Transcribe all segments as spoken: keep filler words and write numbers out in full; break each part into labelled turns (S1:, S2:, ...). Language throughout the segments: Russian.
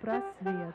S1: Психпросвет.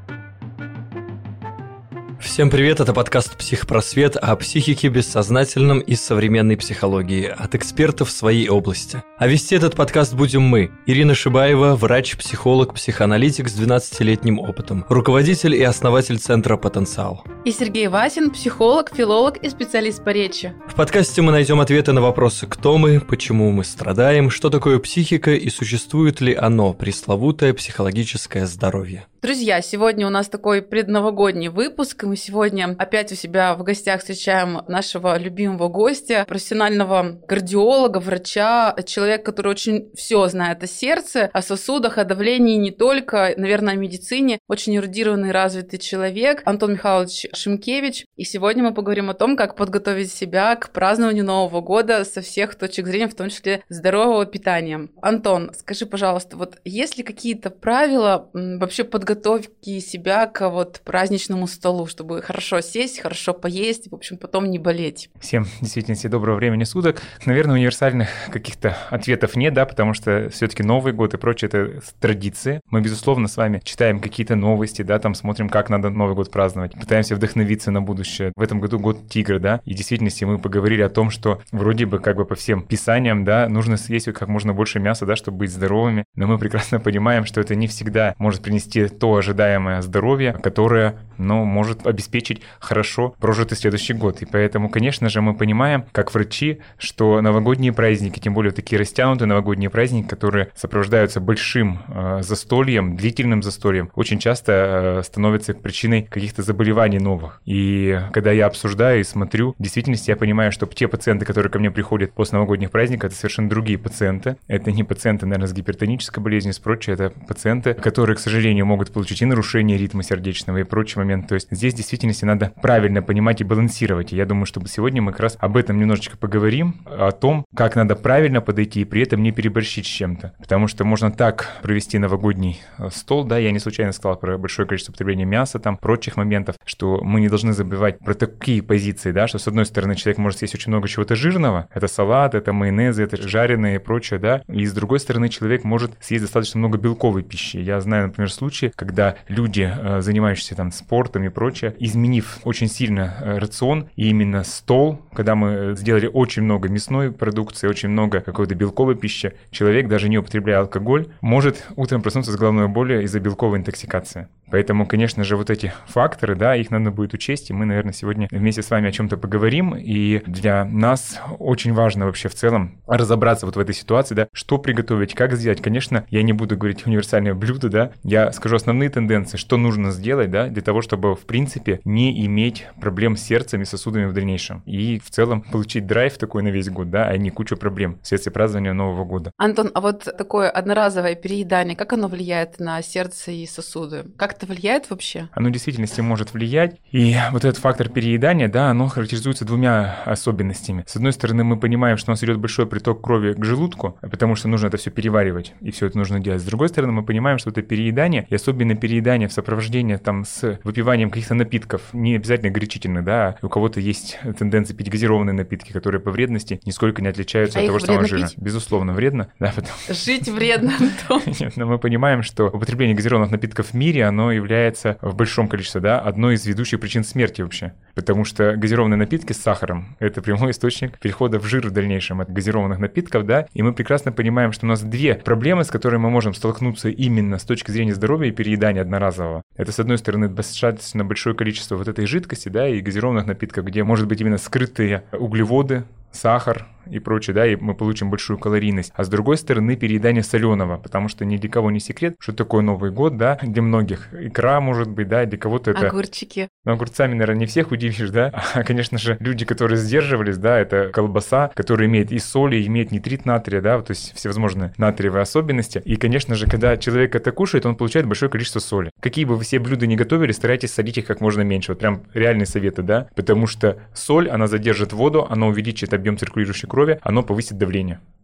S2: Всем привет, это подкаст «Психпросвет» о психике, бессознательном и современной психологии от экспертов в своей области. А вести этот подкаст будем мы, Ирина Шибаева, врач, психолог, психоаналитик с двенадцатилетним опытом, руководитель и основатель Центра «Потенциал».
S1: И Сергей Васин, психолог, филолог и специалист по речи.
S2: В подкасте мы найдем ответы на вопросы «Кто мы?», «Почему мы страдаем?», «Что такое психика?» и существует ли оно, пресловутое психологическое здоровье.
S1: Друзья, сегодня у нас такой предновогодний выпуск, и мы сегодня опять у себя в гостях встречаем нашего любимого гостя, профессионального кардиолога, врача, человека, который очень все знает о сердце, о сосудах, о давлении, не только, наверное, о медицине. Очень эрудированный, развитый человек, Антон Михайлович Шимкевич. И сегодня мы поговорим о том, как подготовить себя к празднованию Нового года со всех точек зрения, в том числе здорового питания. Антон, скажи, пожалуйста, вот есть ли какие-то правила вообще подготовки подготовки себя к вот праздничному столу, чтобы хорошо сесть, хорошо поесть, в общем, потом не болеть?
S3: Всем действительно всем доброго времени суток. Наверное, универсальных каких-то ответов нет, да, потому что все-таки Новый год и прочее — это традиции. Мы, безусловно, с вами читаем какие-то новости, да, там смотрим, как надо Новый год праздновать, пытаемся вдохновиться на будущее. В этом году год тигра, да, и в действительности мы поговорили о том, что вроде бы как бы по всем писаниям, да, нужно съесть как можно больше мяса, да, чтобы быть здоровыми, но мы прекрасно понимаем, что это не всегда может принести то ожидаемое здоровье, которое, ну, может обеспечить хорошо прожитый следующий год. И поэтому, конечно же, мы понимаем, как врачи, что новогодние праздники, тем более такие растянутые новогодние праздники, которые сопровождаются большим э, застольем, длительным застольем, очень часто э, становятся причиной каких-то заболеваний новых. И когда я обсуждаю и смотрю, в действительности я понимаю, что те пациенты, которые ко мне приходят после новогодних праздников, это совершенно другие пациенты. Это не пациенты, наверное, с гипертонической болезнью и прочее, это пациенты, которые, к сожалению, могут получить и нарушение ритма сердечного и прочий момент. То есть здесь в действительности надо правильно понимать и балансировать. И я думаю, что сегодня мы как раз об этом немножечко поговорим, о том, как надо правильно подойти и при этом не переборщить с чем-то. Потому что можно так провести новогодний стол, да, я не случайно сказал про большое количество потребления мяса, там, прочих моментов, что мы не должны забывать про такие позиции, да, что с одной стороны человек может съесть очень много чего-то жирного, это салат, это майонезы, это жареные и прочее, да, и с другой стороны человек может съесть достаточно много белковой пищи. Я знаю, например, случаи, когда люди, занимающиеся там спортом и прочее, изменив очень сильно рацион, и именно стол, когда мы сделали очень много мясной продукции, очень много какой-то белковой пищи, человек, даже не употребляя алкоголь, может утром проснуться с головной болью из-за белковой интоксикации. Поэтому, конечно же, вот эти факторы, да, их надо будет учесть, и мы, наверное, сегодня вместе с вами о чем-то поговорим, и для нас очень важно вообще в целом разобраться вот в этой ситуации, да, что приготовить, как сделать. Конечно, я не буду говорить универсальное блюдо, да, я скажу основные тенденции, что нужно сделать, да, для того, чтобы, в принципе, не иметь проблем с сердцем и сосудами в дальнейшем, и в целом получить драйв такой на весь год, да, а не кучу проблем вследствие празднования Нового года.
S1: Антон, а вот такое одноразовое переедание, как оно влияет на сердце и сосуды? Как это влияет вообще?
S3: Оно в действительности может влиять. И вот этот фактор переедания, да, оно характеризуется двумя особенностями. С одной стороны, мы понимаем, что у нас идет большой приток крови к желудку, потому что нужно это все переваривать, и все это нужно делать. С другой стороны, мы понимаем, что это переедание, и особенно переедание в сопровождении там с выпиванием каких-то напитков, не обязательно горячительных, да, у кого-то есть тенденция пить газированные напитки, которые по вредности нисколько не отличаются
S1: а
S3: от того же самого
S1: пить?
S3: жира. Безусловно, вредно. Да, потому...
S1: Жить вредно, Антон.
S3: Нет, но мы понимаем, что употребление газированных напитков в мире, оно является в большом количестве, да, одной из ведущих причин смерти вообще. Потому что газированные напитки с сахаром – это прямой источник перехода в жир в дальнейшем от газированных напитков, да, и мы прекрасно понимаем, что у нас две проблемы, с которыми мы можем столкнуться именно с точки зрения здоровья и переедания одноразового. Это, с одной стороны, достаточно большое количество вот этой жидкости, да, и газированных напитков, где может быть именно скрытые углеводы, сахар и прочее, да, и мы получим большую калорийность. А с другой стороны, переедание соленого, потому что ни для кого не секрет, что такое Новый год, да, для многих икра может быть, да, для кого-то это...
S1: Огурчики.
S3: Но огурцами, наверное, не всех удивишь, да, а, конечно же, люди, которые сдерживались, да, это колбаса, которая имеет и соль, и имеет нитрит натрия, да, то есть всевозможные натриевые особенности. И, конечно же, когда человек это кушает, он получает большое количество соли. Какие бы вы все блюда ни готовили, старайтесь солить их как можно меньше. Вот прям реальные советы, да, потому что соль, она задержит воду, она увеличит объем циркулирующей крови, оно повысит давление.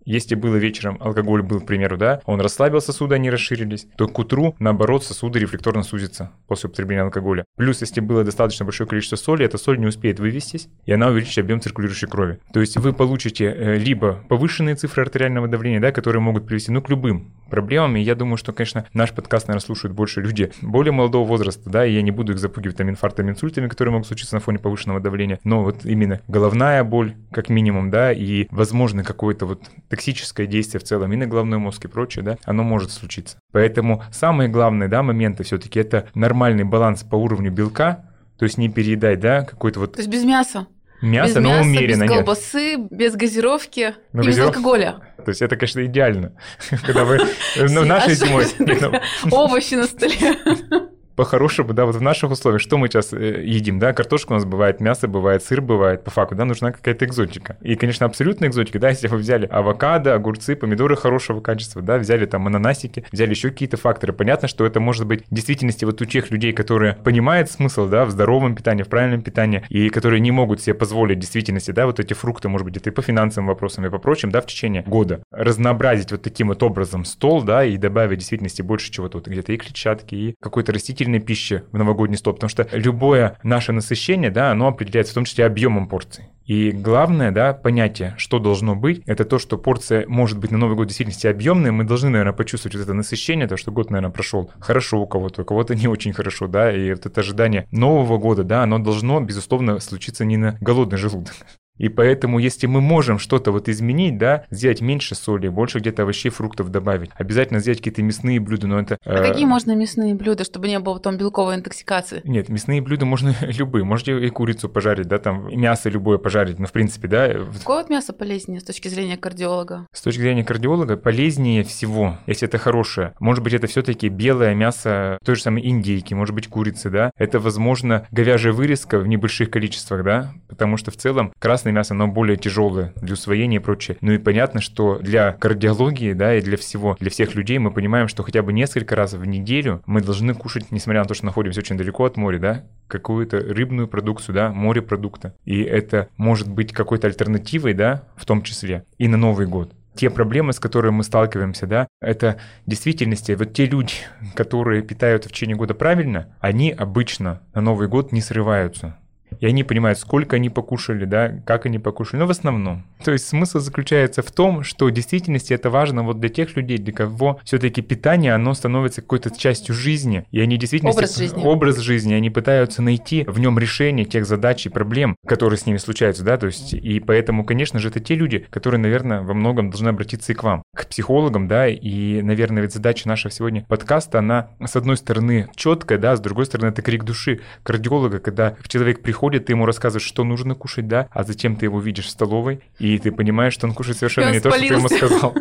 S3: Если было вечером, алкоголь был, к примеру, да, он расслабил сосуды, они расширились, то к утру, наоборот, сосуды рефлекторно сузятся после употребления алкоголя. Плюс, если было достаточно большое количество соли, эта соль не успеет вывестись, и она увеличит объем циркулирующей крови. То есть вы получите либо повышенные цифры артериального давления, да, которые могут привести, ну, к любым проблемам. И я думаю, что, конечно, наш подкаст, наверное, слушают больше люди более молодого возраста, да, и я не буду их запугивать там инфарктами, инсультами, которые могут случиться на фоне повышенного давления, но вот именно головная боль, как минимум, да, и, возможно, какое-то вот токсическое действие в целом и на головной мозг и прочее, да, оно может случиться. Поэтому самые главные, да, моменты все-таки это нормальный баланс по уровню белка, то есть не переедать, да, какой-то вот...
S1: То есть без мяса?
S3: Мясо,
S1: без
S3: но
S1: мяса,
S3: умеренно,
S1: без
S3: нет.
S1: колбасы, без газировки
S3: Но
S1: и
S3: газиров...
S1: без алкоголя.
S3: То есть это, конечно, идеально, когда вы в нашей зимой...
S1: Овощи на столе.
S3: По-хорошему, да, вот в наших условиях, что мы сейчас э, едим, да, картошка у нас бывает, мясо бывает, сыр бывает, по факту, да, нужна какая-то экзотика. И, конечно, абсолютная экзотика, да, если вы взяли авокадо, огурцы, помидоры хорошего качества, да, взяли там ананасики, взяли еще какие-то факторы, понятно, что это может быть в действительности вот у тех людей, которые понимают смысл, да, в здоровом питании, в правильном питании, и которые не могут себе позволить в действительности, да, вот эти фрукты, может быть, это и по финансовым вопросам, и по прочим, да, в течение года, разнообразить вот таким вот образом стол, да, и добавить в действительности больше чего-то, вот где-то и клетчатки, и какой-то растительный пищи в новогодний стол, потому что любое наше насыщение, да, оно определяется в том числе объемом порций. И главное, да, понятие, что должно быть, это то, что порция может быть на Новый год в действительности объемная. Мы должны, наверное, почувствовать вот это насыщение, то, что год, наверное, прошел хорошо у кого-то, у кого-то не очень хорошо, да, и вот это ожидание Нового года, да, оно должно, безусловно, случиться не на голодный желудок. И поэтому, если мы можем что-то вот изменить, да, сделать меньше соли, больше где-то овощей, фруктов добавить, обязательно сделать какие-то мясные блюда, но это...
S1: А э... какие можно мясные блюда, чтобы не было потом белковой интоксикации?
S3: Нет, мясные блюда можно любые. Можете и курицу пожарить, да, там, и мясо любое пожарить, ну, в принципе, да.
S1: Какое вот мясо полезнее с точки зрения кардиолога?
S3: С точки зрения кардиолога полезнее всего, если это хорошее. Может быть, это все-таки белое мясо той же самой индейки, может быть, курицы, да. Это, возможно, говяжья вырезка в небольших количествах, да, потому что в целом красное мясо, оно более тяжелое для усвоения и прочее. Ну и понятно, что для кардиологии, да, и для всего, для всех людей мы понимаем, что хотя бы несколько раз в неделю мы должны кушать, несмотря на то, что находимся очень далеко от моря, да, какую-то рыбную продукцию, да, морепродукты. И это может быть какой-то альтернативой, да, в том числе и на Новый год. Те проблемы, с которыми мы сталкиваемся, да, это в действительности вот те люди, которые питают в течение года правильно, они обычно на Новый год не срываются. И они понимают, сколько они покушали, да, как они покушали, но в основном. То есть смысл заключается в том, что в действительности это важно вот для тех людей, для кого все-таки питание, оно становится какой-то частью жизни, и они действительно...
S1: Образ жизни.
S3: Образ жизни, они пытаются найти в нем решение тех задач и проблем, которые с ними случаются, да, то есть, и поэтому, конечно же, это те люди, которые, наверное, во многом должны обратиться и к вам, к психологам, да, и, наверное, ведь задача нашего сегодня подкаста, она, с одной стороны, четкая, да, с другой стороны, это крик души кардиолога, когда человек приходит, ты ему рассказываешь, что нужно кушать, да, а затем ты его видишь в столовой, и ты понимаешь, что он кушает совершенно не то, что ты ему сказал.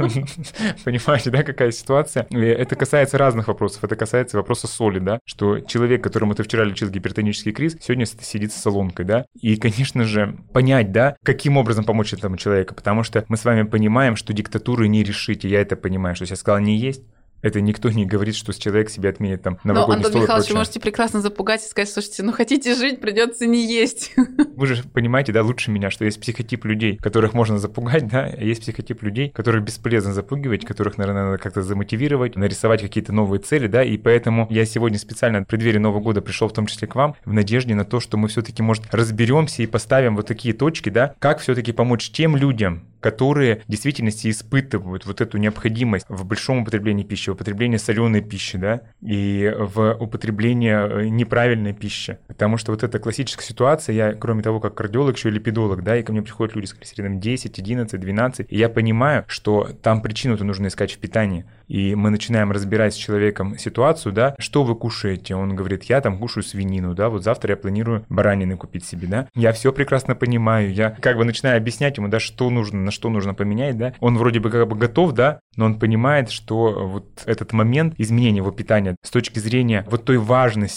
S3: Понимаете, да, какая ситуация? Это касается разных вопросов. Это касается вопроса соли, да, что человек, которому ты вчера лечил гипертонический криз, сегодня сидит с солонкой, да, и, конечно же, понять, да, каким образом помочь этому человеку, потому что мы с вами понимаем, что диктатуру не решите, я это понимаю, что я сказал не есть. Это никто не говорит, что человек себе отменит там новогодний стол.
S1: Но, Антон Михайлович, вы можете прекрасно запугать и сказать, слушайте, ну хотите жить, придется не есть.
S3: Вы же понимаете, да, лучше меня, что есть психотип людей, которых можно запугать, да, а есть психотип людей, которых бесполезно запугивать, которых, наверное, надо как-то замотивировать, нарисовать какие-то новые цели, да, и поэтому я сегодня специально в преддверии Нового года пришел в том числе к вам в надежде на то, что мы все-таки, может, разберемся и поставим вот такие точки, да, как все-таки помочь тем людям, которые в действительности испытывают вот эту необходимость в большом употреблении пищи, в употреблении соленой пищи, да, и в употреблении неправильной пищи. Потому что вот эта классическая ситуация, я, кроме того, как кардиолог, еще и липидолог, да, и ко мне приходят люди с холестерином десять, одиннадцать, двенадцать, и я понимаю, что там причину-то нужно искать в питании. И мы начинаем разбирать с человеком ситуацию, да, что вы кушаете. Он говорит, я там кушаю свинину, да, вот завтра я планирую баранины купить себе, да. Я все прекрасно понимаю, я как бы начинаю объяснять ему, да, что нужно, на что нужно поменять, да. Он вроде бы как бы готов, да, но он понимает, что вот этот момент изменения его питания с точки зрения вот той важности,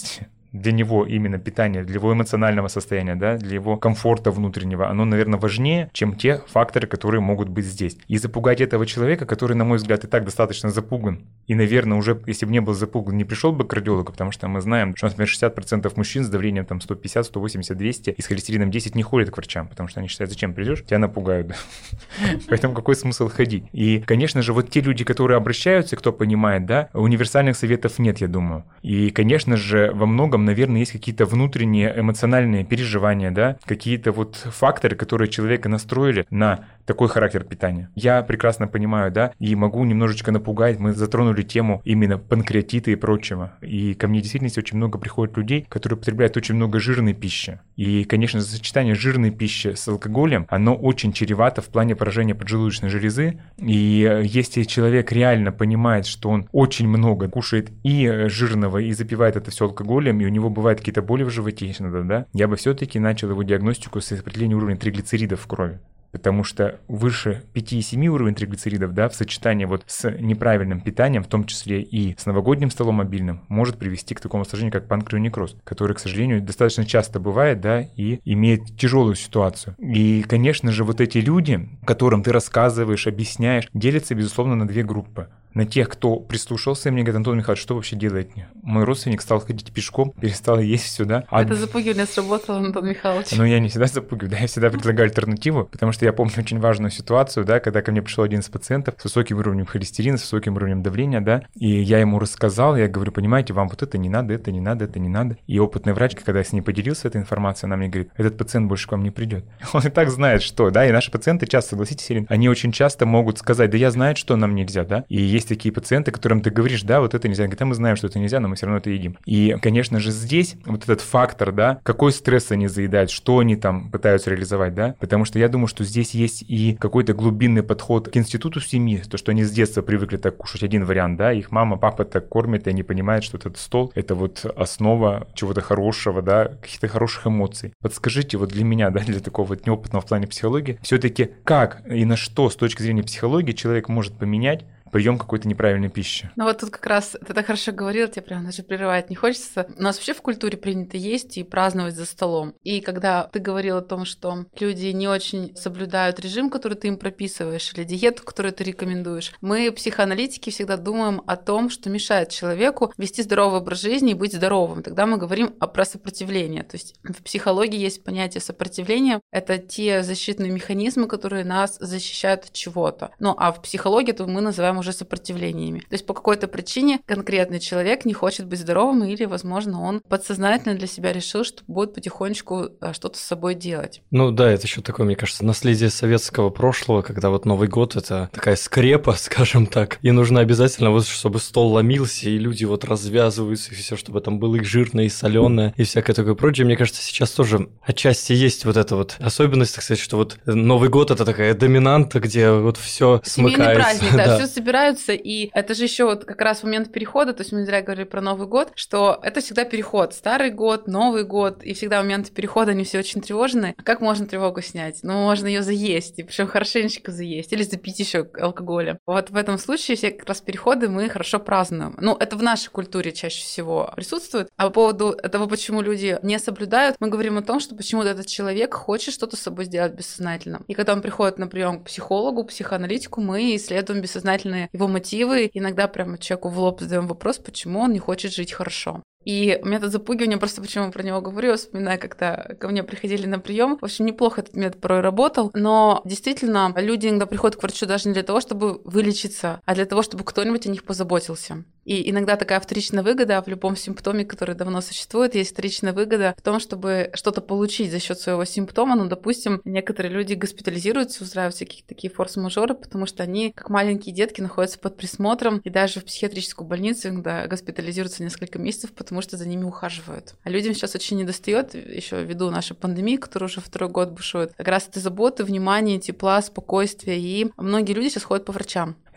S3: для него именно питание, для его эмоционального состояния, да, для его комфорта внутреннего, оно, наверное, важнее, чем те факторы, которые могут быть здесь. И запугать этого человека, который, на мой взгляд, и так достаточно запуган, и, наверное, уже, если бы не был запуган, не пришел бы к кардиологу, потому что мы знаем, что, например, шестьдесят процентов мужчин с давлением там сто пятьдесят, сто восемьдесят, двести и с холестерином десять не ходят к врачам, потому что они считают, зачем придешь, тебя напугают. Поэтому какой смысл ходить? И, конечно же, вот те люди, которые обращаются, кто понимает, да, универсальных советов нет, я думаю. И, конечно же, во многом, наверное, есть какие-то внутренние эмоциональные переживания, да, какие-то вот факторы, которые человека настроили на такой характер питания. Я прекрасно понимаю, да, и могу немножечко напугать. Мы затронули тему именно панкреатита и прочего. И ко мне действительно очень много приходит людей, которые потребляют очень много жирной пищи. И, конечно, сочетание жирной пищи с алкоголем, оно очень чревато в плане поражения поджелудочной железы. И если человек реально понимает, что он очень много кушает и жирного, и запивает это все алкоголем, и у него бывают какие-то боли в животе, да, я бы все-таки начал его диагностику с определения уровня триглицеридов в крови. Потому что выше пяти-семи уровень триглицеридов, да, в сочетании вот с неправильным питанием, в том числе и с новогодним столом обильным, может привести к такому осложнению, как панкреонекроз, который, к сожалению, достаточно часто бывает, да, и имеет тяжелую ситуацию. И, конечно же, вот эти люди, которым ты рассказываешь, объясняешь, делятся, безусловно, на две группы. На тех, кто прислушался, и мне говорит: Антон Михайлович, что вообще делать мне? Мой родственник стал ходить пешком, перестал есть все, да. А...
S1: Это запугивание сработало, Антон Михайлович.
S3: Ну, я не всегда запугиваю, да, я всегда предлагаю альтернативу, потому что я помню очень важную ситуацию, да, когда ко мне пришел один из пациентов с высоким уровнем холестерина, с высоким уровнем давления, да, и я ему рассказал, я говорю: понимаете, вам вот это не надо, это не надо, это не надо. И опытный врач, когда я с ней поделился этой информацией, она мне говорит: этот пациент больше к вам не придет. Он и так знает, что, да, и наши пациенты часто, согласитесь, Ирина, они очень часто могут сказать: да я знаю, что нам нельзя, да, и есть такие пациенты, которым ты говоришь: да, вот это нельзя, говорит: а мы знаем, что это нельзя, но мы все равно это едим. И, конечно же, здесь вот этот фактор, да, какой стресс они заедают, что они там пытаются реализовать, да, потому что я думаю, что здесь есть и какой-то глубинный подход к институту семьи, то, что они с детства привыкли так кушать, один вариант, да, их мама, папа так кормят, и они понимают, что этот стол — это вот основа чего-то хорошего, да, каких-то хороших эмоций. Подскажите вот для меня, да, для такого вот неопытного в плане психологии, все-таки как и на что с точки зрения психологии человек может поменять прием какой-то неправильной пищи.
S1: Ну вот тут как раз ты так хорошо говорил, тебе прям даже прерывать не хочется. У нас вообще в культуре принято есть и праздновать за столом. И когда ты говорил о том, что люди не очень соблюдают режим, который ты им прописываешь, или диету, которую ты рекомендуешь, мы, психоаналитики, всегда думаем о том, что мешает человеку вести здоровый образ жизни и быть здоровым. Тогда мы говорим о, про сопротивление. То есть в психологии есть понятие сопротивления. Это те защитные механизмы, которые нас защищают от чего-то. Ну а в психологии это мы называем уже сопротивлениями. То есть по какой-то причине конкретный человек не хочет быть здоровым, или, возможно, он подсознательно для себя решил, что будет потихонечку что-то с собой делать.
S2: Ну да, это еще такое, мне кажется, наследие советского прошлого, когда вот Новый год — это такая скрепа, скажем так, и нужно обязательно вот, чтобы стол ломился, и люди вот развязываются, и все, чтобы там было и жирное, и соленое, и всякое такое прочее. Мне кажется, сейчас тоже отчасти есть вот эта вот особенность, так сказать, что вот Новый год — это такая доминанта, где вот все смыкается.
S1: Семейный праздник, да,
S2: да.
S1: все собираются, и это же еще вот как раз момент перехода, то есть мы не зря говорили про Новый год, что это всегда переход, старый год, Новый год, и всегда моменты перехода, они все очень тревожные. А как можно тревогу снять? Ну, можно ее заесть, и причем хорошенечко заесть, или запить еще алкоголем. Вот в этом случае все как раз переходы мы хорошо празднуем. Ну, это в нашей культуре чаще всего присутствует. А по поводу этого, почему люди не соблюдают, мы говорим о том, что почему-то этот человек хочет что-то с собой сделать бессознательно. И когда он приходит на прием к психологу, психоаналитику, мы исследуем бессознательные его мотивы, иногда прямо человеку в лоб задаем вопрос, почему он не хочет жить хорошо. И метод запугивания, просто почему про него говорю, вспоминаю, когда ко мне приходили на прием. В общем, неплохо этот метод порой работал, но действительно люди иногда приходят к врачу даже не для того, чтобы вылечиться, а для того, чтобы кто-нибудь о них позаботился. И иногда такая вторичная выгода в любом симптоме, который давно существует, есть вторичная выгода в том, чтобы что-то получить за счет своего симптома. Ну, допустим, некоторые люди госпитализируются, устраивают всякие такие форс-мажоры, потому что они, как маленькие детки, находятся под присмотром, и даже в психиатрическую больницу иногда госпитализируются несколько месяцев, потому что за ними ухаживают. А людям сейчас очень недостает, еще ввиду нашей пандемии, которая уже второй год бушует, как раз этой заботы, внимания, тепла, спокойствия, и многие люди сейчас ходят по врачам.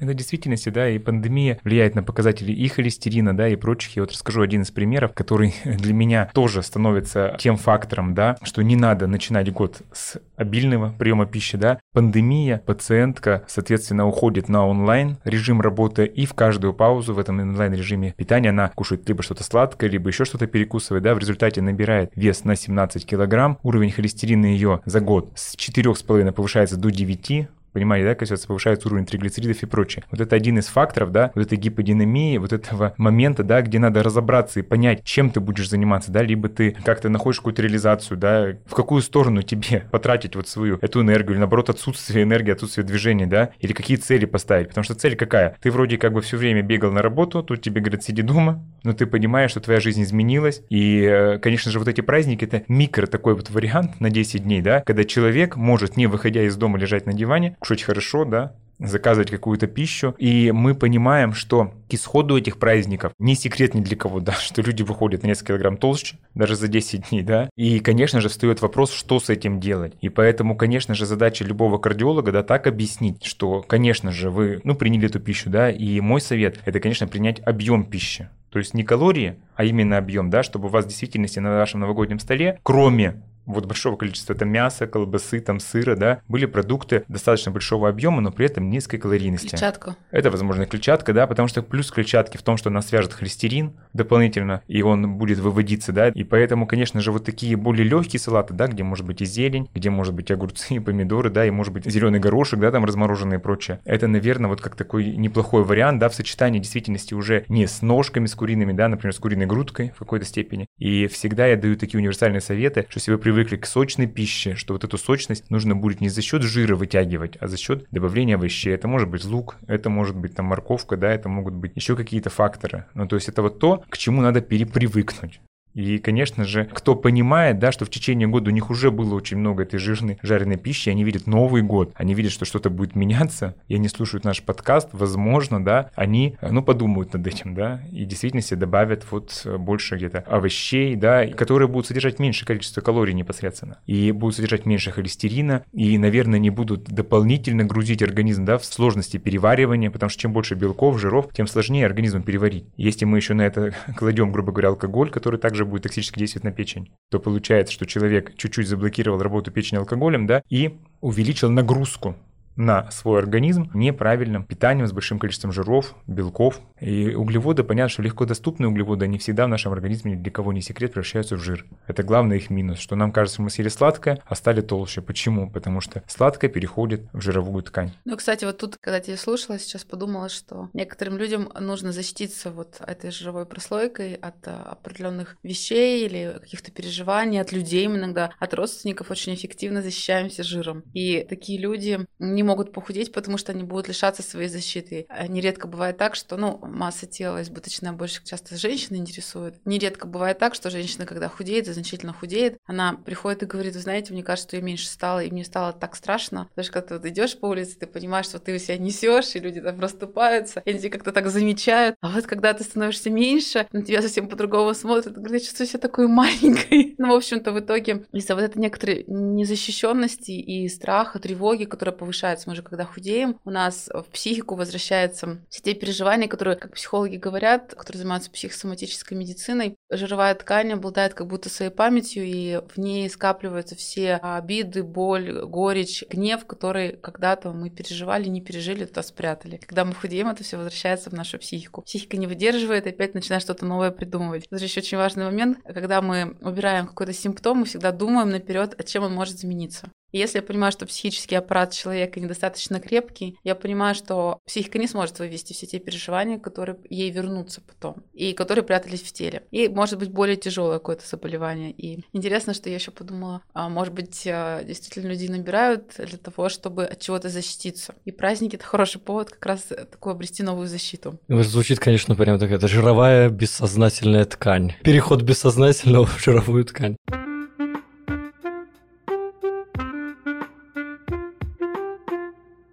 S3: Это в действительности, да, и пандемия влияет на показатели и холестерина, да, и прочих. Я вот расскажу один из примеров, который для меня тоже становится тем фактором, да, что не надо начинать год с обильного приема пищи, да. Пандемия, пациентка, соответственно, уходит на онлайн режим работы, и в каждую паузу в этом онлайн режиме питания она кушает либо что-то сладкое, либо еще что-то перекусывает, да, в результате набирает вес на семнадцать килограмм, уровень холестерина ее за год с четырёх с половиной повышается до девяти. Понимаете, да, кажется, повышается уровень триглицеридов и прочее. Вот это один из факторов, да, вот этой гиподинамии, вот этого момента, да, где надо разобраться и понять, чем ты будешь заниматься, да, либо ты как-то находишь какую-то реализацию, да, в какую сторону тебе потратить вот свою эту энергию, или наоборот отсутствие энергии, отсутствие движения, да, или какие цели поставить, потому что цель какая? Ты вроде как бы все время бегал на работу, тут тебе говорят, сиди дома, но ты понимаешь, что твоя жизнь изменилась, и, конечно же, вот эти праздники, это микро такой вот вариант на десять дней, да, когда человек может, не выходя из дома, лежать на диване, кушать хорошо, да, заказывать какую-то пищу, и мы понимаем, что к исходу этих праздников не секрет ни для кого, да, что люди выходят на несколько килограмм толще, даже за десять дней, да, и, конечно же, встает вопрос, что с этим делать, и поэтому, конечно же, задача любого кардиолога, да, так объяснить, что, конечно же, вы, ну, приняли эту пищу, да, и мой совет, это, конечно, принять объем пищи, то есть не калории, а именно объем, да, чтобы у вас в действительности на вашем новогоднем столе, кроме вот большого количества там мяса, колбасы, там сыра, да, были продукты достаточно большого объема, но при этом низкой калорийности.
S1: Клетчатка.
S3: Это, возможно, клетчатка, да, потому что плюс клетчатки в том, что она свяжет холестерин дополнительно, и он будет выводиться, да, и поэтому, конечно же, вот такие более легкие салаты, да, где может быть и зелень, где может быть огурцы, и помидоры, да, и может быть зеленый горошек, да, там размороженные и прочее. Это, наверное, вот как такой неплохой вариант, да, в сочетании в действительности уже не с ножками, с куриными, да, например, с куриной грудкой в какой-то степени. И всегда я даю такие универсальные советы, что если вы привыкли к сочной пище, что вот эту сочность нужно будет не за счет жира вытягивать, а за счет добавления овощей. Это может быть лук, это может быть там морковка, да, это могут быть еще какие-то факторы. Ну, то есть это вот то, к чему надо перепривыкнуть. И, конечно же, кто понимает, да, что в течение года у них уже было очень много этой жирной, жареной пищи, они видят Новый год, они видят, что что-то будет меняться, и они слушают наш подкаст, возможно, да, они, ну, подумают над этим, да, и в действительности добавят вот больше где-то овощей, да, которые будут содержать меньшее количество калорий непосредственно, и будут содержать меньше холестерина, и, наверное, не будут дополнительно грузить организм, да, в сложности переваривания, потому что чем больше белков, жиров, тем сложнее организму переварить. Если мы еще на это кладем, грубо говоря, алкоголь, который также будет токсически действовать на печень, то получается, что человек чуть-чуть заблокировал работу печени алкоголем, да, и увеличил нагрузку на свой организм неправильным питанием с большим количеством жиров, белков. И углеводы, понятно, что легко доступные углеводы, они всегда в нашем организме, ни для кого не секрет, превращаются в жир. Это главный их минус, что нам кажется, что мы съели сладкое, а стали толще. Почему? Потому что сладкое переходит в жировую ткань.
S1: Ну, кстати, вот тут, когда тебя слушала, сейчас подумала, что некоторым людям нужно защититься вот этой жировой прослойкой от определенных вещей или каких-то переживаний, от людей иногда, от родственников очень эффективно защищаемся жиром. И такие люди не могут похудеть, потому что они будут лишаться своей защиты. Нередко бывает так, что, ну, масса тела избыточная больше часто женщины интересует. Нередко бывает так, что женщина, когда худеет, значительно худеет, она приходит и говорит: вы знаете, мне кажется, что я меньше стала, и мне стало так страшно. Потому что когда ты вот идешь по улице, ты понимаешь, что ты у себя несешь, и люди там расступаются, и они тебя как-то так замечают. А вот когда ты становишься меньше, на тебя совсем по-другому смотрят, и говорят: я чувствую себя такой маленькой. Ну, в общем-то, в итоге из-за вот этой некоторой незащищенности и страха, тревоги, которая повышается, мы же когда худеем, у нас в психику возвращаются все те переживания, которые, как психологи говорят, которые занимаются психосоматической медициной. Жировая ткань обладает как будто своей памятью, и в ней скапливаются все обиды, боль, горечь, гнев, которые когда-то мы переживали, не пережили, туда спрятали. Когда мы худеем, это все возвращается в нашу психику. Психика не выдерживает, и опять начинает что-то новое придумывать. Это же еще очень важный момент, когда мы убираем какой-то симптом, мы всегда думаем наперед, а чем он может замениться. И если я понимаю, что психический аппарат человека недостаточно крепкий, я понимаю, что психика не сможет вывести все те переживания, которые ей вернутся потом, и которые прятались в теле. И может быть более тяжелое какое-то заболевание. И интересно, что я еще подумала, а может быть, действительно людей набирают для того, чтобы от чего-то защититься. И праздники — это хороший повод как раз такой обрести новую защиту.
S2: Звучит, конечно, прям такая это жировая бессознательная ткань. Переход бессознательного в жировую ткань.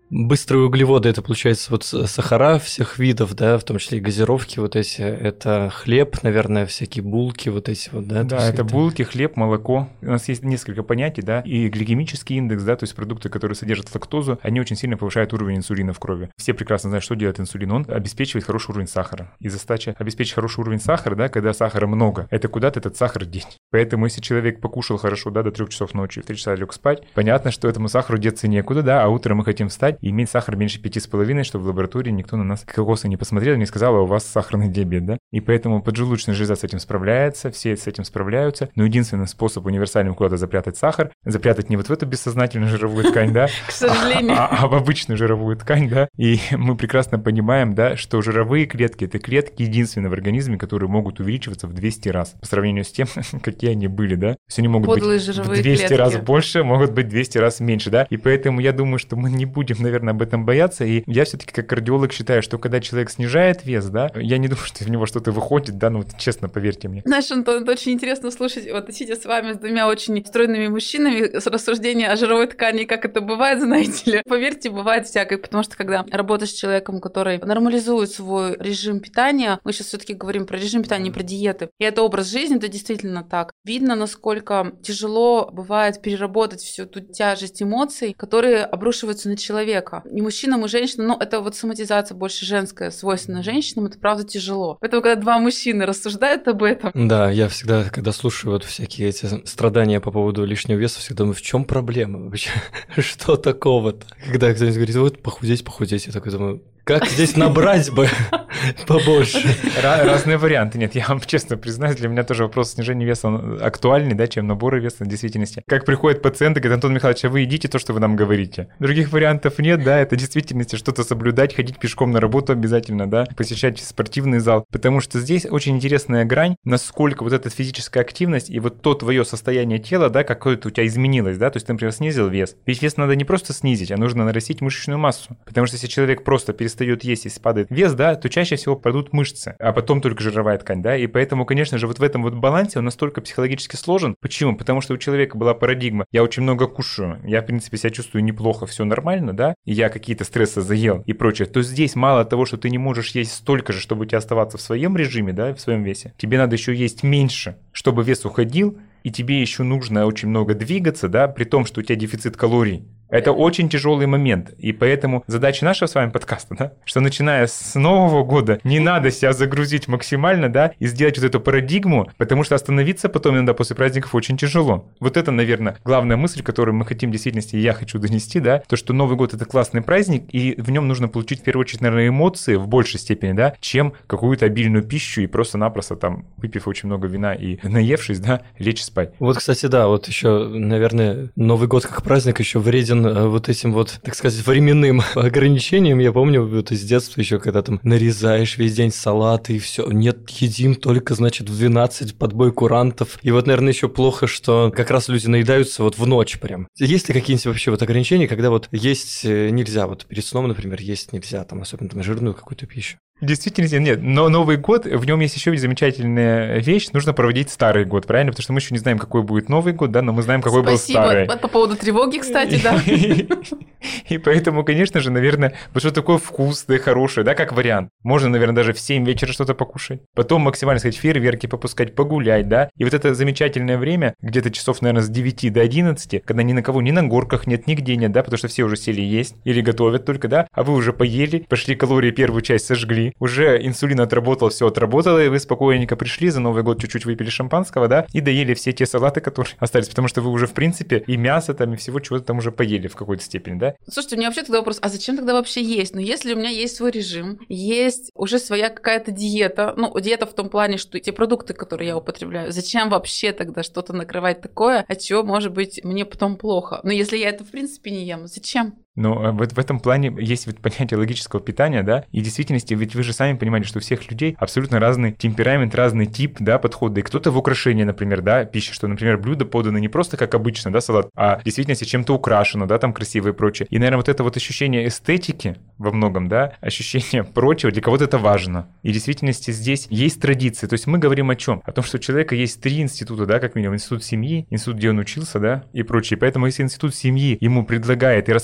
S2: Быстрые углеводы – это, получается, вот сахара всех видов, да, в том числе и газировки вот эти. Это хлеб, наверное, всякие булки вот эти вот, да?
S3: Да, это, это булки, хлеб, молоко. У нас есть несколько понятий, да, и гликемический индекс, да, то есть продукты, которые содержат лактозу, они очень сильно повышают уровень инсулина в крови. Все прекрасно знают, что делает инсулин. Он обеспечивает хороший уровень сахара. И задача обеспечить хороший уровень сахара, да, когда сахара много, это куда-то этот сахар деть. Поэтому если человек покушал хорошо, да, до трех часов ночи, в три часа лег спать, понятно, что этому сахару деться некуда, да, а утром мы хотим встать и иметь сахар меньше пяти с половиной, чтобы в лаборатории никто на нас кокосы не посмотрел и не сказал, а у вас сахарный диабет, да. И поэтому поджелудочная железа с этим справляется, все с этим справляются, но единственный способ универсальным куда-то запрятать сахар, запрятать не вот в эту бессознательную жировую ткань, да,
S1: к сожалению,
S3: а в обычную жировую ткань, да. И мы прекрасно понимаем, да, что жировые клетки — это клетки единственные в организме, которые могут увеличиваться в двести раз по сравнению с тем, какие они были, да. То есть они могут
S1: Подлые
S3: быть в
S1: клетки.
S3: двести раз больше, могут быть двести раз меньше, да. И поэтому я думаю, что мы не будем, наверное, об этом бояться. И я все-таки как кардиолог считаю, что когда человек снижает вес, да, я не думаю, что из него что-то выходит, да, ну вот честно, поверьте мне.
S1: Знаешь, Антон, это очень интересно слушать, вот сидя с вами, с двумя очень стройными мужчинами, с рассуждения о жировой ткани, как это бывает, знаете ли. Поверьте, бывает всякое, потому что когда работаешь с человеком, который нормализует свой режим питания, мы сейчас все-таки говорим про режим питания, не про диеты, и это образ жизни, это действительно так. Видно, насколько тяжело бывает переработать всю ту тяжесть эмоций, которые обрушиваются на человека. И мужчинам, и женщинам, ну, это вот соматизация больше женская, свойственная женщинам, это правда тяжело. Поэтому, когда два мужчины рассуждают об этом...
S2: Да, я всегда, когда слушаю вот всякие эти страдания по поводу лишнего веса, всегда думаю, в чем проблема вообще? Что такого-то? Когда кто-нибудь говорит, вот похудеть, похудеть, я такой думаю... Как здесь набрать бы побольше?
S3: Разные варианты. Нет, я вам честно признаюсь, для меня тоже вопрос снижения веса актуальнее, да, чем набора веса в действительности. Как приходят пациенты, говорят, Антон Михайлович, а вы едите то, что вы нам говорите. Других вариантов нет, да, это в действительности что-то соблюдать, ходить пешком на работу обязательно, да, посещать спортивный зал, потому что здесь очень интересная грань, насколько вот эта физическая активность и вот то твое состояние тела, да, какое-то у тебя изменилось, да, то есть ты, например, снизил вес. Ведь вес надо не просто снизить, а нужно нарастить мышечную массу, потому что если человек просто перестает перестает есть, если падает вес, да, то чаще всего падут мышцы, а потом только жировая ткань, да, и поэтому, конечно же, вот в этом вот балансе он настолько психологически сложен. Почему? Потому что у человека была парадигма: я очень много кушаю, я, в принципе, себя чувствую неплохо, все нормально, да, и я какие-то стрессы заел и прочее, то здесь мало того, что ты не можешь есть столько же, чтобы у тебя оставаться в своем режиме, да, в своем весе, тебе надо еще есть меньше, чтобы вес уходил, и тебе еще нужно очень много двигаться, да, при том, что у тебя дефицит калорий. Это очень тяжелый момент, и поэтому задача нашего с вами подкаста, да, что начиная с Нового года не надо себя загрузить максимально, да, и сделать вот эту парадигму, потому что остановиться потом иногда после праздников очень тяжело. Вот это, наверное, главная мысль, которую мы хотим в действительности, и я хочу донести, да, то, что Новый год — это классный праздник, и в нем нужно получить в первую очередь, наверное, эмоции в большей степени, да, чем какую-то обильную пищу и просто-напросто там, выпив очень много вина и наевшись, да, лечь спать.
S2: Вот, кстати, да, вот еще, наверное, Новый год как праздник еще вреден вот этим вот, так сказать, временным ограничением. Я помню вот из детства еще, когда там нарезаешь весь день салаты и все, нет, едим только, значит, в двенадцать под бой курантов. И вот, наверное, еще плохо, что как раз люди наедаются вот в ночь прям. Есть ли какие-нибудь вообще вот ограничения, когда вот есть нельзя, вот перед сном, например, есть нельзя, там, особенно там жирную какую-то пищу?
S3: В действительности нет, но Новый год, в нем есть еще замечательная вещь, нужно проводить старый год, правильно? Потому что мы еще не знаем, какой будет Новый год, да, но мы знаем, какой
S1: Спасибо.
S3: был старый.
S1: Спасибо по поводу тревоги, кстати, да.
S3: И поэтому, конечно же, наверное, вот что такое вкусное, хорошее, да, как вариант. Можно, наверное, даже в семь вечера что-то покушать. Потом максимально, сказать, фейерверки попускать, погулять, да. И вот это замечательное время, где-то часов, наверное, с девяти до одиннадцати, когда ни на кого, ни на горках нет, нигде нет, да, потому что все уже сели есть или готовят только, да, а вы уже поели, пошли калории, первую часть сожгли, уже инсулин отработал, все отработало, и вы спокойненько пришли, за Новый год чуть-чуть выпили шампанского, да, и доели все те салаты, которые остались, потому что вы уже, в принципе, и мясо там, и всего чего-то там уже поели в какой-то степени, да.
S1: Слушайте, у меня вообще тогда вопрос, а зачем тогда вообще есть? Ну, если у меня есть свой режим, есть уже своя какая-то диета, ну, диета в том плане, что те продукты, которые я употребляю, зачем вообще тогда что-то накрывать такое, от чего, может быть, мне потом плохо? Но если я это, в принципе, не ем, зачем?
S3: Но вот в этом плане есть вот понятие логического питания, да, и в действительности, ведь вы же сами понимаете, что у всех людей абсолютно разный темперамент, разный тип, да, подхода, и кто-то в украшении, например, да, пищи, что, например, блюдо подано не просто как обычно, да, салат, а в действительности чем-то украшено, да, там красиво и прочее. И, наверное, вот это вот ощущение эстетики во многом, да, ощущение прочего, для кого-то это важно. И в действительности здесь есть традиции, то есть мы говорим о чем? О том, что у человека есть три института, да, как минимум, институт семьи, институт, где он учился, да, и прочее. Поэтому если институт семьи ему предлагает и рассказывает, что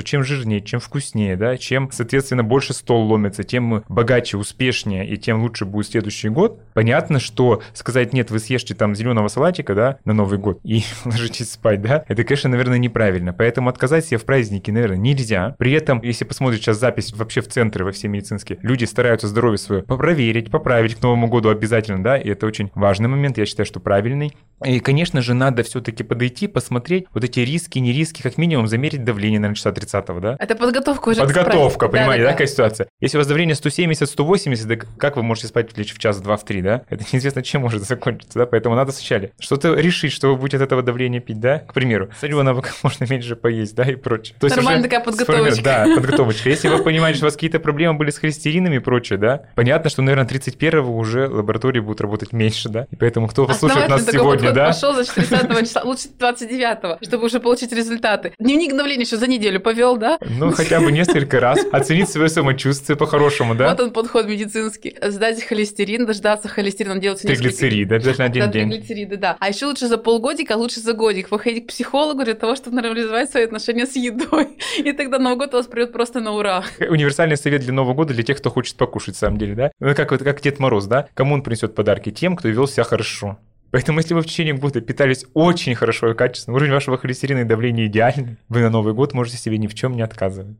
S3: что чем жирнее, чем вкуснее, да, чем, соответственно, больше стол ломится, тем богаче, успешнее и тем лучше будет следующий год. Понятно, что сказать нет, вы съешьте там зеленого салатика, да, на Новый год и ложитесь спать, да, это, конечно, наверное, неправильно. Поэтому отказать себе в празднике, наверное, нельзя. При этом, если посмотреть сейчас запись вообще в центры, во все медицинские, люди стараются здоровье свое проверить, поправить к Новому году обязательно, да, и это очень важный момент, я считаю, что правильный. И, конечно же, надо все-таки подойти, посмотреть вот эти риски, не риски, как минимум замерить давление, наверное, числа тридцатого, да?
S1: Это подготовка уже.
S3: Подготовка, понимаете, да,
S1: да,
S3: да, какая ситуация? Если у вас давление сто семьдесят - сто восемьдесят, да как вы можете спать лечь в час, два, в три, да? Это неизвестно, чем может закончиться, да? Поэтому надо сначала что-то решить, что вы будете от этого давления пить, да? К примеру, соленого как можно меньше поесть, да, и прочее. То
S1: Нормальная такая подготовочка.
S3: Да, подготовочка. Если вы понимаете, что у вас какие-то проблемы были с холестерином и прочее, да, понятно, что, наверное, тридцать первого уже лаборатории будут работать меньше, да? И поэтому, кто послушает нас сегодня, да?
S1: Пошел за тридцатого числа, лучше двадцать девятого, чтобы уже получить результаты. Дневник давления еще за неделю повел, да?
S3: Ну, хотя бы несколько раз. Оценить свое самочувствие по-хорошему, да?
S1: Вот он подход медицинский. Сдать холестерин, дождаться холестерина, делать несколько...
S3: Триглицериды, обязательно один
S1: да,
S3: день.
S1: Триглицериды, да. А еще лучше за полгодика, а лучше за годик походить к психологу для того, чтобы нормализовать свои отношения с едой. И тогда Новый год у вас придет просто на ура.
S3: Универсальный совет для Нового года для тех, кто хочет покушать, на самом деле, да? Ну, как, как Дед Мороз, да? Кому он принесет подарки? Тем, кто вел себя хорошо. Поэтому, если вы в течение года питались очень хорошо и качественно, уровень вашего холестерина и давления идеальный, вы на Новый год можете себе ни в чем не отказывать.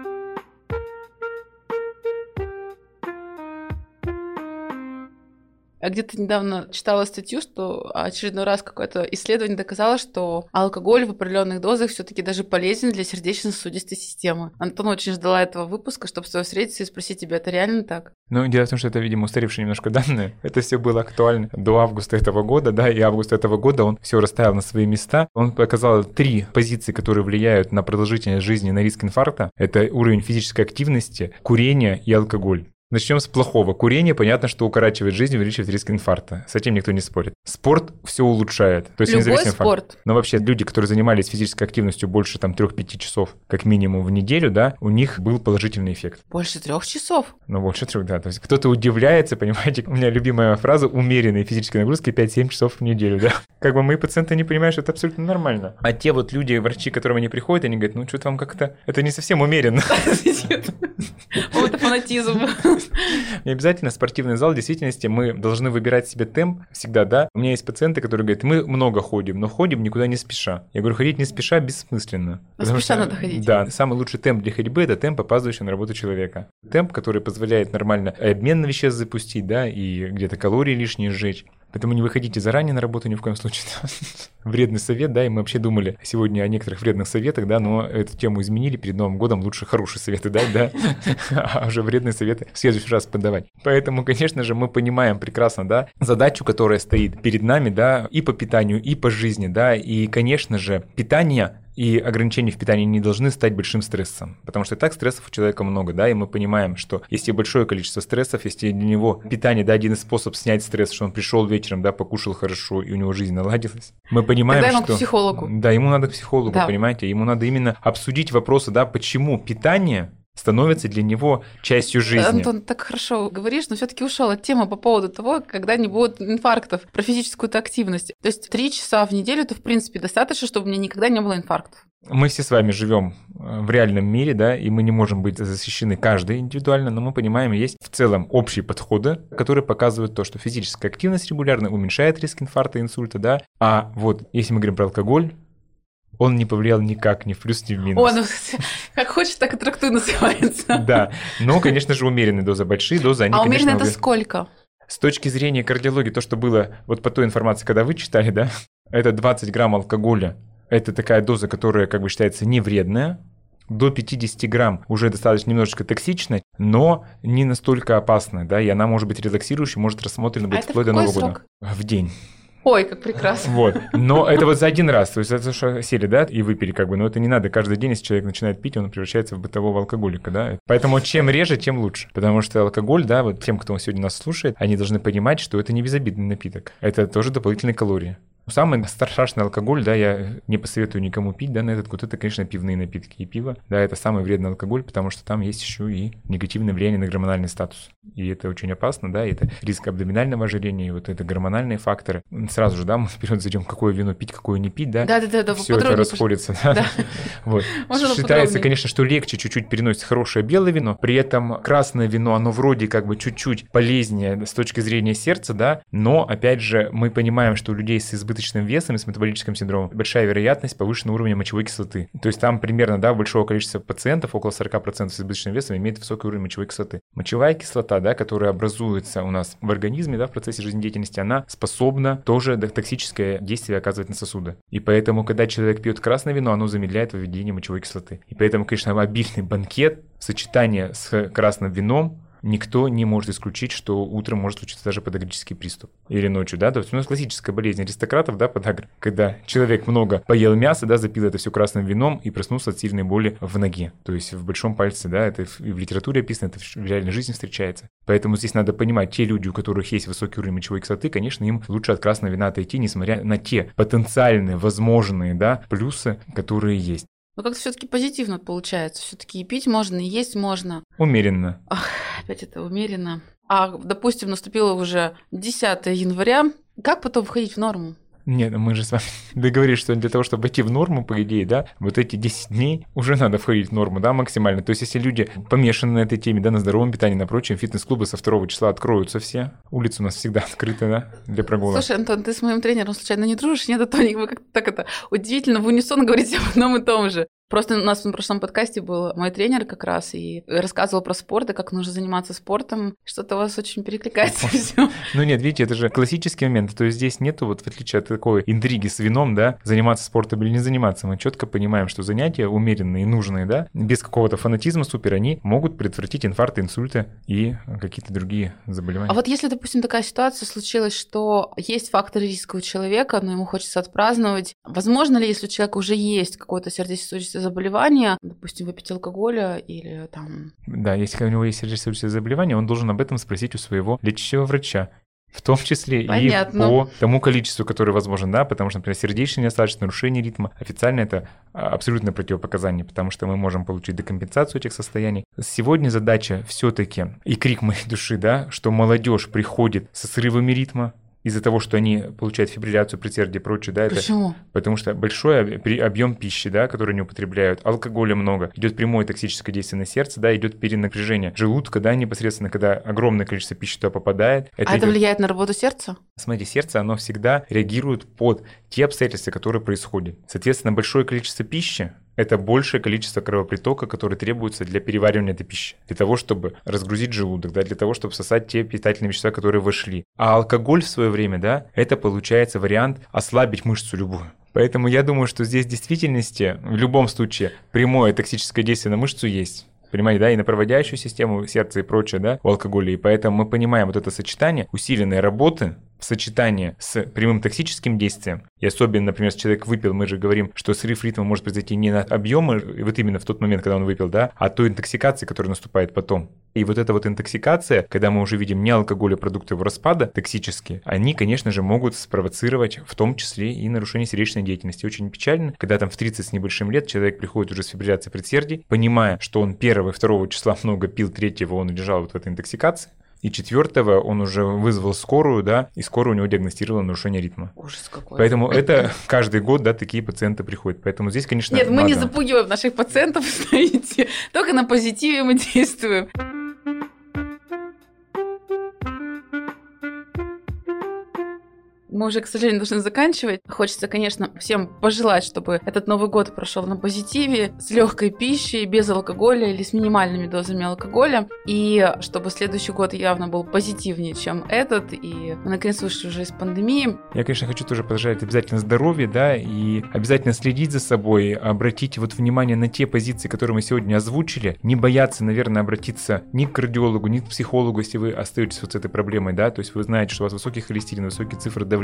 S1: Я где-то недавно читала статью, что очередной раз какое-то исследование доказало, что алкоголь в определенных дозах все-таки даже полезен для сердечно-сосудистой системы. Антон очень ждала этого выпуска, чтобы своего встретиться и спросить тебя, это реально так?
S3: Ну, дело в том, что это, видимо, устаревшие немножко данные. Это все было актуально до августа этого года, да, и августа этого года он все расставил на свои места. Он показал три позиции, которые влияют на продолжительность жизни, на риск инфаркта. Это уровень физической активности, курение и алкоголь. Начнем с плохого. Курение, понятно, что укорачивает жизнь, увеличивает риск инфаркта. С этим никто не спорит. Спорт все улучшает. То есть
S1: любой спорт.
S3: Факт. Но вообще люди, которые занимались физической активностью больше там трех-пяти часов, как минимум в неделю, да, у них был положительный эффект.
S1: Больше трех часов?
S3: Ну, больше трех, да. То есть кто-то удивляется, понимаете, у меня любимая фраза: умеренные физической нагрузки пять-семь часов в неделю, да. Как бы мои пациенты не понимают, что это абсолютно нормально. А те вот люди, врачи, к которым они приходят, они говорят, ну, что-то вам как-то, это не совсем умеренно.
S1: Это фанатизм.
S3: Не обязательно спортивный зал. В действительности мы должны выбирать себе темп всегда, да. У меня есть пациенты, которые говорят, мы много ходим, но ходим никуда не спеша. Я говорю, ходить не спеша бессмысленно.
S1: А спеша что, надо ходить.
S3: Да, самый лучший темп для ходьбы – это темп, опаздывающий на работу человека. Темп, который позволяет нормально обмен веществ запустить, да, и где-то калории лишние сжечь. Поэтому не выходите заранее на работу ни в коем случае. Вредный совет, да, и мы вообще думали сегодня о некоторых вредных советах, да, но эту тему изменили, перед Новым годом лучше хорошие советы дать, да, а уже вредные советы в следующий раз подавать. Поэтому, конечно же, мы понимаем прекрасно, да, задачу, которая стоит перед нами, да, и по питанию, и по жизни, да, и, конечно же, питание и ограничения в питании не должны стать большим стрессом, потому что и так стрессов у человека много, да, и мы понимаем, что если большое количество стрессов, если для него питание, да, один из способов снять стресс, что он пришел вечером, да, покушал хорошо, и у него жизнь наладилась, мы понимаем,
S1: тогда ему
S3: что...
S1: к психологу.
S3: Да, ему надо к психологу,
S1: да.
S3: Понимаете, ему надо именно обсудить вопросы, да, почему питание становится для него частью жизни.
S1: Антон, так хорошо говоришь, но все-таки ушел от темы по поводу того, когда не будет инфарктов, про физическую активность. То есть три часа в неделю это, в принципе, достаточно, чтобы у меня никогда не было инфарктов.
S3: Мы все с вами живем в реальном мире, да, и мы не можем быть защищены каждый индивидуально, но мы понимаем, есть в целом общие подходы, которые показывают то, что физическая активность регулярно уменьшает риск инфаркта, инсульта, да, а вот если мы говорим про алкоголь, он не повлиял никак, ни в плюс, ни в минус.
S1: О, ну, как хочешь, так и трактуй, называется.
S3: Да, но, конечно же, умеренные дозы, большие дозы, они,
S1: а
S3: конечно... А
S1: умеренные это сколько?
S3: С точки зрения кардиологии, то, что было вот по той информации, когда вы читали, да, это двадцать грамм алкоголя. Это такая доза, которая, как бы, считается не вредная. До пятьдесят грамм уже достаточно немножечко токсичная, но не настолько опасная, да, и она может быть релаксирующей, может рассмотрена быть
S1: а
S3: вплоть до Нового года. В день.
S1: Ой, как прекрасно.
S3: Вот. Но это вот за один раз. То есть это что сели, да, и выпили, как бы. Но это не надо каждый день, если человек начинает пить, он превращается в бытового алкоголика, да. Поэтому чем реже, тем лучше. Потому что алкоголь, да, вот тем, кто сегодня нас слушает, они должны понимать, что это не безобидный напиток. Это тоже дополнительные калории. Самый страшный алкоголь, да, я не посоветую никому пить, да, на этот год, это, конечно, пивные напитки и пиво. Да, это самый вредный алкоголь, потому что там есть еще и негативное влияние на гормональный статус. И это очень опасно, да, это риск абдоминального ожирения, и вот это гормональные факторы. Сразу же, да, мы вперед зайдем, какое вино пить, какое не пить, да.
S1: Да-да-да,
S3: все это расходится. Да. Вот. Считается, конечно, что легче чуть-чуть переносить хорошее белое вино, при этом красное вино, оно вроде как бы чуть-чуть полезнее с точки зрения сердца, да, но, опять же, мы понимаем, что у людей с избыточным весом и с метаболическим синдромом большая вероятность повышенного уровня мочевой кислоты. То есть там примерно, да, у большого количества пациентов, около сорок процентов с избыточным весом имеет высокий уровень мочевой кислоты. Мочевая кислота, да, которая образуется у нас в организме, да, в процессе жизнедеятельности, она способна тоже токсическое действие оказывать на сосуды. И поэтому, когда человек пьет красное вино, оно замедляет выведение мочевой кислоты. И поэтому, конечно, обильный банкет в сочетании с красным вином никто не может исключить, что утром может случиться даже подагрический приступ. Или ночью, да, то есть у нас классическая болезнь аристократов, да, подагра, когда человек много поел мяса, да, запил это все красным вином и проснулся от сильной боли в ноге, то есть в большом пальце, да, это и в литературе описано, это в реальной жизни встречается. Поэтому здесь надо понимать, те люди, у которых есть высокий уровень мочевой кислоты, конечно, им лучше от красного вина отойти, несмотря на те потенциальные, возможные, да, плюсы, которые есть.
S1: Но как-то все-таки позитивно получается. Все-таки и пить можно, и есть можно.
S3: Умеренно.
S1: Ах, опять это умеренно. А, допустим, наступило уже десятое января. Как потом входить в норму?
S3: Нет, мы же с вами договорились, что для того, чтобы войти в норму, по идее, да, вот эти десять дней уже надо входить в норму, да, максимально. То есть, если люди помешаны на этой теме, да, на здоровом питании, на прочем, фитнес-клубы со второго числа откроются все. Улицы у нас всегда открыты, да, для прогулок.
S1: Слушай, Антон, ты с моим тренером случайно не дружишь? Нет, а то вы как-то так это удивительно в унисон говорите об одном и том же. Просто у нас в прошлом подкасте был мой тренер как раз и рассказывал про спорт и как нужно заниматься спортом. Что-то у вас очень перекликается все.
S3: Ну нет, видите, это же классический момент. То есть здесь нету, вот в отличие от такой интриги с вином, да, заниматься спортом или не заниматься. Мы четко понимаем, что занятия умеренные и нужные, да, без какого-то фанатизма супер, они могут предотвратить инфаркты, инсульты и какие-то другие заболевания.
S1: А вот если, допустим, такая ситуация случилась, что есть факторы риска у человека, но ему хочется отпраздновать, возможно ли, если у человека уже есть какое-то сердечно-сосудистое заболевание, допустим, выпить алкоголя или там...
S3: Да, если у него есть сердечно-сосудистое заболевание, он должен об этом спросить у своего лечащего врача. В том числе Понятно. И по тому количеству, которое возможно, да, потому что, например, сердечная недостаточность, нарушение ритма, официально это абсолютно противопоказание, потому что мы можем получить декомпенсацию этих состояний. Сегодня задача все-таки, и крик моей души, да, что молодежь приходит со срывами ритма, из-за того, что они получают фибрилляцию, предсердие и прочее, да,
S1: Почему?
S3: это потому что большой объем пищи, да, который они употребляют, алкоголя много, идет прямое токсическое действие на сердце, да, идет перенапряжение желудка, да, непосредственно, когда огромное количество пищи туда попадает.
S1: Это а идет... это влияет на работу сердца?
S3: Смотрите, сердце, оно всегда реагирует под те обстоятельства, которые происходят. Соответственно, большое количество пищи – это большее количество кровопритока, которое требуется для переваривания этой пищи, для того, чтобы разгрузить желудок, да, для того, чтобы всосать те питательные вещества, которые вошли. А алкоголь в свое время, да, это получается вариант ослабить мышцу любую. Поэтому я думаю, что здесь в действительности в любом случае прямое токсическое действие на мышцу есть. Понимаете, да, и на проводящую систему сердца и прочее, да, у алкоголя. И поэтому мы понимаем вот это сочетание усиленной работы в сочетании с прямым токсическим действием. И особенно, например, если человек выпил, мы же говорим, что срыв ритма может произойти не на объемы, вот именно в тот момент, когда он выпил, да, а той интоксикации, которая наступает потом. И вот эта вот интоксикация, когда мы уже видим не алкоголь, а продукты его распада токсические, они, конечно же, могут спровоцировать в том числе и нарушение сердечной деятельности. Очень печально, когда там в тридцать с небольшим лет человек приходит уже с фибрилляцией предсердий, понимая, что он первого и второго числа много пил, третьего он лежал вот в этой интоксикации, и четвертого он уже вызвал скорую, да, и скорая у него диагностировала нарушение ритма.
S1: Ужас какой.
S3: Поэтому это каждый год, да, такие пациенты приходят. Поэтому здесь, конечно,
S1: Нет, мы
S3: надо...
S1: не запугиваем наших пациентов, знаете, только на позитиве мы действуем. Мы уже, к сожалению, должны заканчивать. Хочется, конечно, всем пожелать, чтобы этот Новый год прошел на позитиве, с легкой пищей, без алкоголя или с минимальными дозами алкоголя. И чтобы следующий год явно был позитивнее, чем этот. И мы, наконец, вышли уже из пандемии.
S3: Я, конечно, хочу тоже пожелать обязательно здоровья, да, и обязательно следить за собой, обратить вот внимание на те позиции, которые мы сегодня озвучили. Не бояться, наверное, обратиться ни к кардиологу, ни к психологу, если вы остаетесь вот с этой проблемой, да. То есть вы знаете, что у вас высокий холестерин, высокие цифры давления,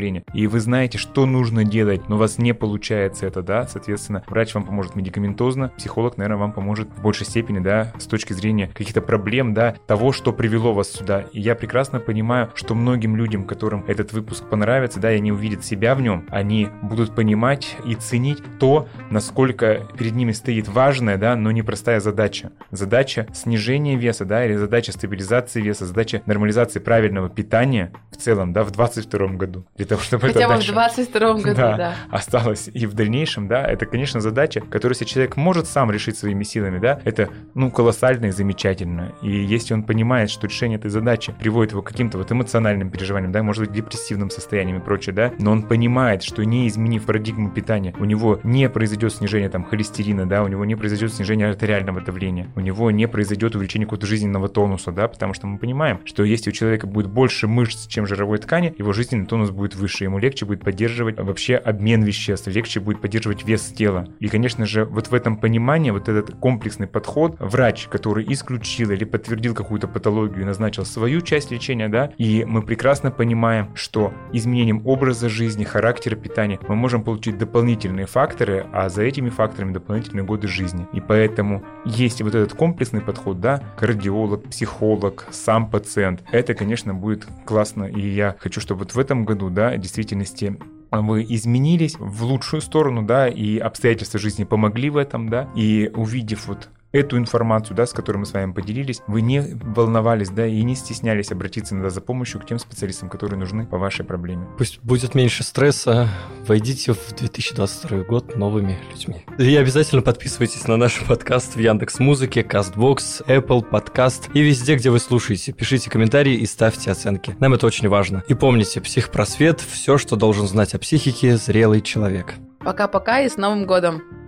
S3: давление, и вы знаете, что нужно делать, но у вас не получается это, да, соответственно, врач вам поможет медикаментозно, психолог, наверное, вам поможет в большей степени, да, с точки зрения каких-то проблем, да, того, что привело вас сюда. И я прекрасно понимаю, что многим людям, которым этот выпуск понравится, да, и они увидят себя в нем, они будут понимать и ценить то, насколько перед ними стоит важная, да, но непростая задача. Задача снижения веса, да, или задача стабилизации веса, задача нормализации правильного питания в целом, да, в двадцать втором году. Для того, чтобы
S1: Хотя
S3: это
S1: бы
S3: дальше,
S1: в двадцать втором году,
S3: да,
S1: да.
S3: осталось и в дальнейшем, да, это, конечно, задача, которую, если человек может сам решить своими силами, да, это, ну, колоссально и замечательно. И если он понимает, что решение этой задачи приводит его к каким-то вот эмоциональным переживаниям, да, может быть, депрессивным состоянием и прочее, да, но он понимает, что не изменив парадигму питания, у него не произойдет снижение там холестерина, да, у него не произойдет снижение артериального давления, у него не произойдет увеличение какого-то жизненного тонуса, да, потому что мы понимаем, что если у человека будет больше мышц, чем жировой ткани, его жизненный тонус будет выше, ему легче будет поддерживать вообще обмен веществ, легче будет поддерживать вес тела. И, конечно же, вот в этом понимании, вот этот комплексный подход, врач, который исключил или подтвердил какую-то патологию и назначил свою часть лечения, да, и мы прекрасно понимаем, что изменением образа жизни, характера питания мы можем получить дополнительные факторы, а за этими факторами дополнительные годы жизни. И поэтому есть вот этот комплексный подход, да, кардиолог, психолог, сам пациент. Это, конечно, будет классно, и я хочу, чтобы вот в этом году, да, в действительности вы изменились в лучшую сторону, да, и обстоятельства жизни помогли в этом, да, и увидев вот эту информацию, да, с которой мы с вами поделились, вы не волновались, да, и не стеснялись обратиться иногда за помощью к тем специалистам, которые нужны по вашей проблеме.
S2: Пусть будет меньше стресса, войдите в две тысячи двадцать второй год новыми людьми. И обязательно подписывайтесь на наш подкаст в Яндекс.Музыке, Castbox, Apple Podcast и везде, где вы слушаете. Пишите комментарии и ставьте оценки. Нам это очень важно. И помните, психпросвет – все, что должен знать о психике зрелый человек.
S1: Пока-пока и с Новым годом!